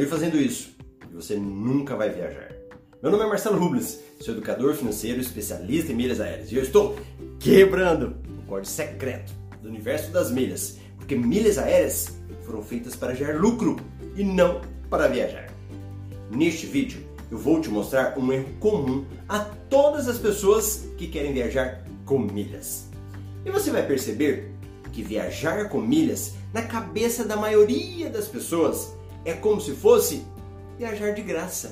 continue fazendo isso e você nunca vai viajar. Meu nome é Marcelo Rubles, sou educador financeiro especialista em milhas aéreas e eu estou quebrando o código secreto do universo das milhas, porque milhas aéreas foram feitas para gerar lucro e não para viajar. Neste vídeo eu vou te mostrar um erro comum a todas as pessoas que querem viajar com milhas. E você vai perceber que viajar com milhas, na cabeça da maioria das pessoas, é como se fosse viajar de graça.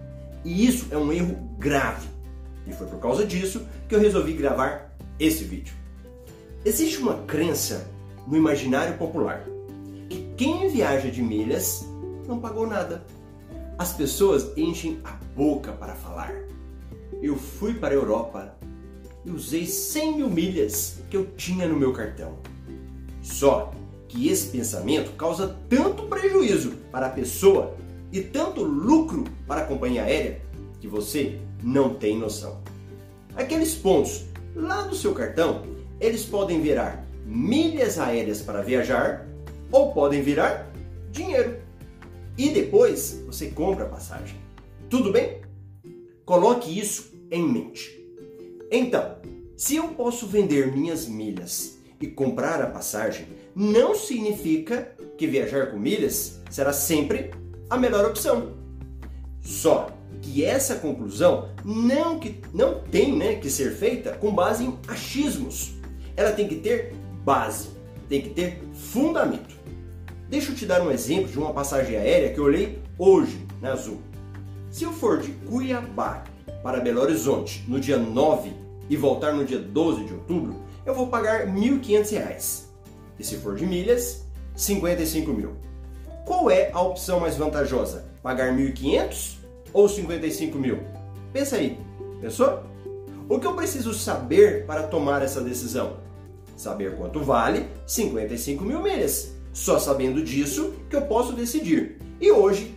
E isso é um erro grave. E foi por causa disso que eu resolvi gravar esse vídeo. Existe uma crença no imaginário popular que quem viaja de milhas não pagou nada. As pessoas enchem a boca para falar: eu fui para a Europa e usei 100 mil milhas que eu tinha no meu cartão. Só que esse pensamento causa tanto prejuízo para a pessoa e tanto lucro para a companhia aérea que você não tem noção. Aqueles pontos lá no seu cartão, eles podem virar milhas aéreas para viajar ou podem virar dinheiro. E depois você compra a passagem. Tudo bem? Coloque isso em mente. Então, se eu posso vender minhas milhas e comprar a passagem, não significa que viajar com milhas será sempre a melhor opção. Só que essa conclusão não tem que ser feita com base em achismos. Ela tem que ter base, tem que ter fundamento. Deixa eu te dar um exemplo de uma passagem aérea que eu olhei hoje na Azul. Se eu for de Cuiabá para Belo Horizonte no dia 9 e voltar no dia 12 de outubro, eu vou pagar R$ 1.500. E se for de milhas, 55 mil. Qual é a opção mais vantajosa? Pagar 1.500 ou 55 mil? Pensa aí, pensou? O que eu preciso saber para tomar essa decisão? Saber quanto vale 55 mil milhas. Só sabendo disso que eu posso decidir. E hoje,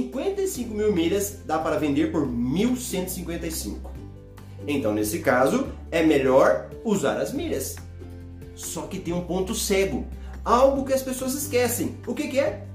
55 mil milhas dá para vender por 1.155. Então, nesse caso, é melhor usar as milhas. Só que tem um ponto cego. Algo que as pessoas esquecem. O que é?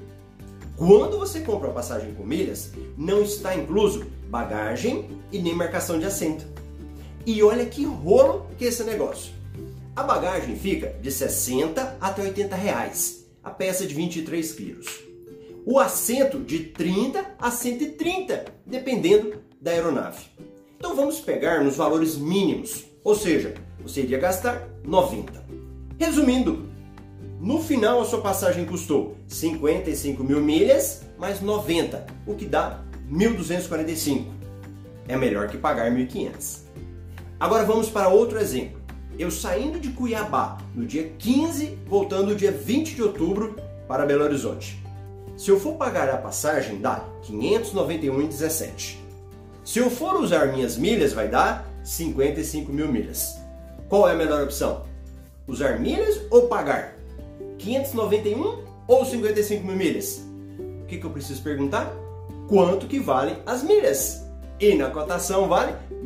Quando você compra uma passagem com milhas, não está incluso bagagem e nem marcação de assento. E olha que rolo que é esse negócio. A bagagem fica de 60 até 80 reais, a peça de 23 quilos. O assento de 30 a 130, dependendo da aeronave. Então vamos pegar nos valores mínimos, ou seja, você iria gastar 90. Resumindo, no final a sua passagem custou 55 mil milhas mais 90, o que dá 1.245. É melhor que pagar 1.500. Agora vamos para outro exemplo. Eu saindo de Cuiabá no dia 15, voltando no dia 20 de outubro para Belo Horizonte. Se eu for pagar a passagem, dá R$ 591,17. Se eu for usar minhas milhas, vai dar 55 mil milhas. Qual é a melhor opção? Usar milhas ou pagar? 591 ou 55 mil milhas? O que eu preciso perguntar? Quanto que valem as milhas? E na cotação vale R$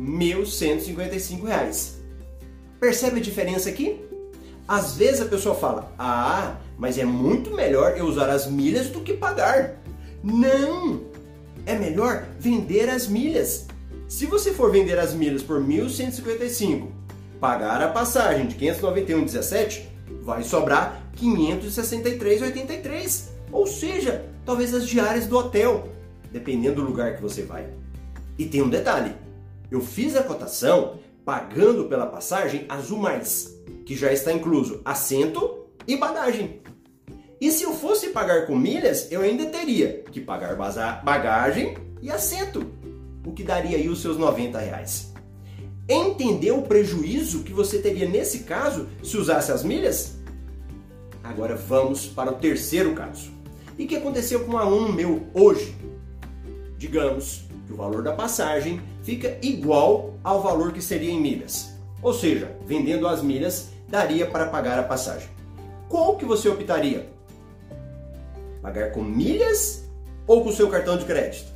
1.155. Percebe a diferença aqui? Às vezes a pessoa fala: ah, mas é muito melhor eu usar as milhas do que pagar. Não! É melhor vender as milhas. Se você for vender as milhas por 1.155, pagar a passagem de 591,17, vai sobrar 563,83. Ou seja, talvez as diárias do hotel, dependendo do lugar que você vai. E tem um detalhe, eu fiz a cotação pagando pela passagem Azul Mais, que já está incluso assento e bagagem. E se eu fosse pagar com milhas, eu ainda teria que pagar bagagem e assento, o que daria aí os seus 90 reais. Entendeu o prejuízo que você teria nesse caso se usasse as milhas? Agora vamos para o terceiro caso. E o que aconteceu com um aluno meu hoje? Digamos que o valor da passagem fica igual ao valor que seria em milhas. Ou seja, vendendo as milhas, daria para pagar a passagem. Qual que você optaria? Pagar com milhas ou com o seu cartão de crédito?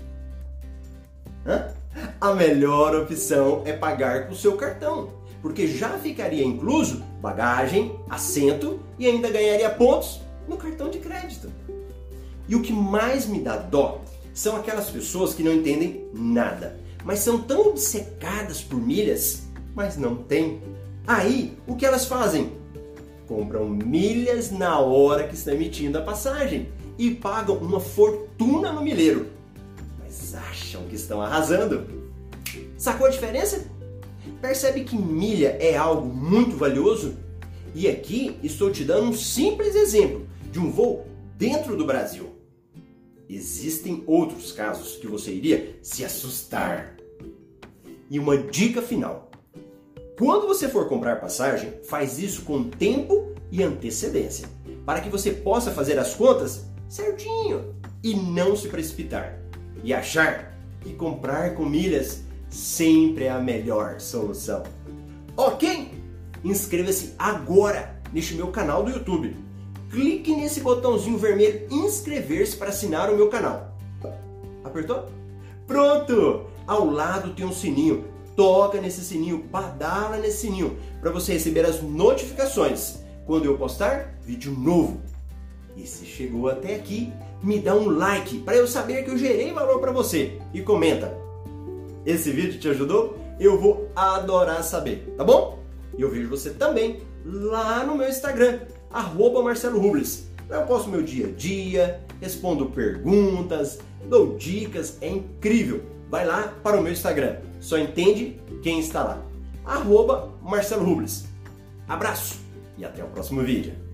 A melhor opção é pagar com o seu cartão, porque já ficaria incluso bagagem, assento e ainda ganharia pontos no cartão de crédito. E o que mais me dá dó são aquelas pessoas que não entendem nada, mas são tão obcecadas por milhas, mas não têm. Aí, o que elas fazem? Compram milhas na hora que está emitindo a passagem e pagam uma fortuna no milheiro, mas acham que estão arrasando. Sacou a diferença? Percebe que milha é algo muito valioso? E aqui estou te dando um simples exemplo de um voo dentro do Brasil. Existem outros casos que você iria se assustar. E uma dica final. Quando você for comprar passagem, faz isso com tempo e antecedência, para que você possa fazer as contas certinho e não se precipitar. E achar que comprar com milhas sempre é a melhor solução. Ok? Inscreva-se agora neste meu canal do YouTube. Clique nesse botãozinho vermelho inscrever-se para assinar o meu canal. Apertou? Pronto! Ao lado tem um sininho. Toca nesse sininho, badala nesse sininho para você receber as notificações quando eu postar vídeo novo. E se chegou até aqui, me dá um like para eu saber que eu gerei valor para você e comenta. Esse vídeo te ajudou? Eu vou adorar saber, tá bom? E eu vejo você também lá no meu Instagram, @MarceloRubles. Eu posto meu dia a dia, respondo perguntas, dou dicas, é incrível. Vai lá para o meu Instagram, só entende quem está lá. @MarceloRubles. Abraço e até o próximo vídeo.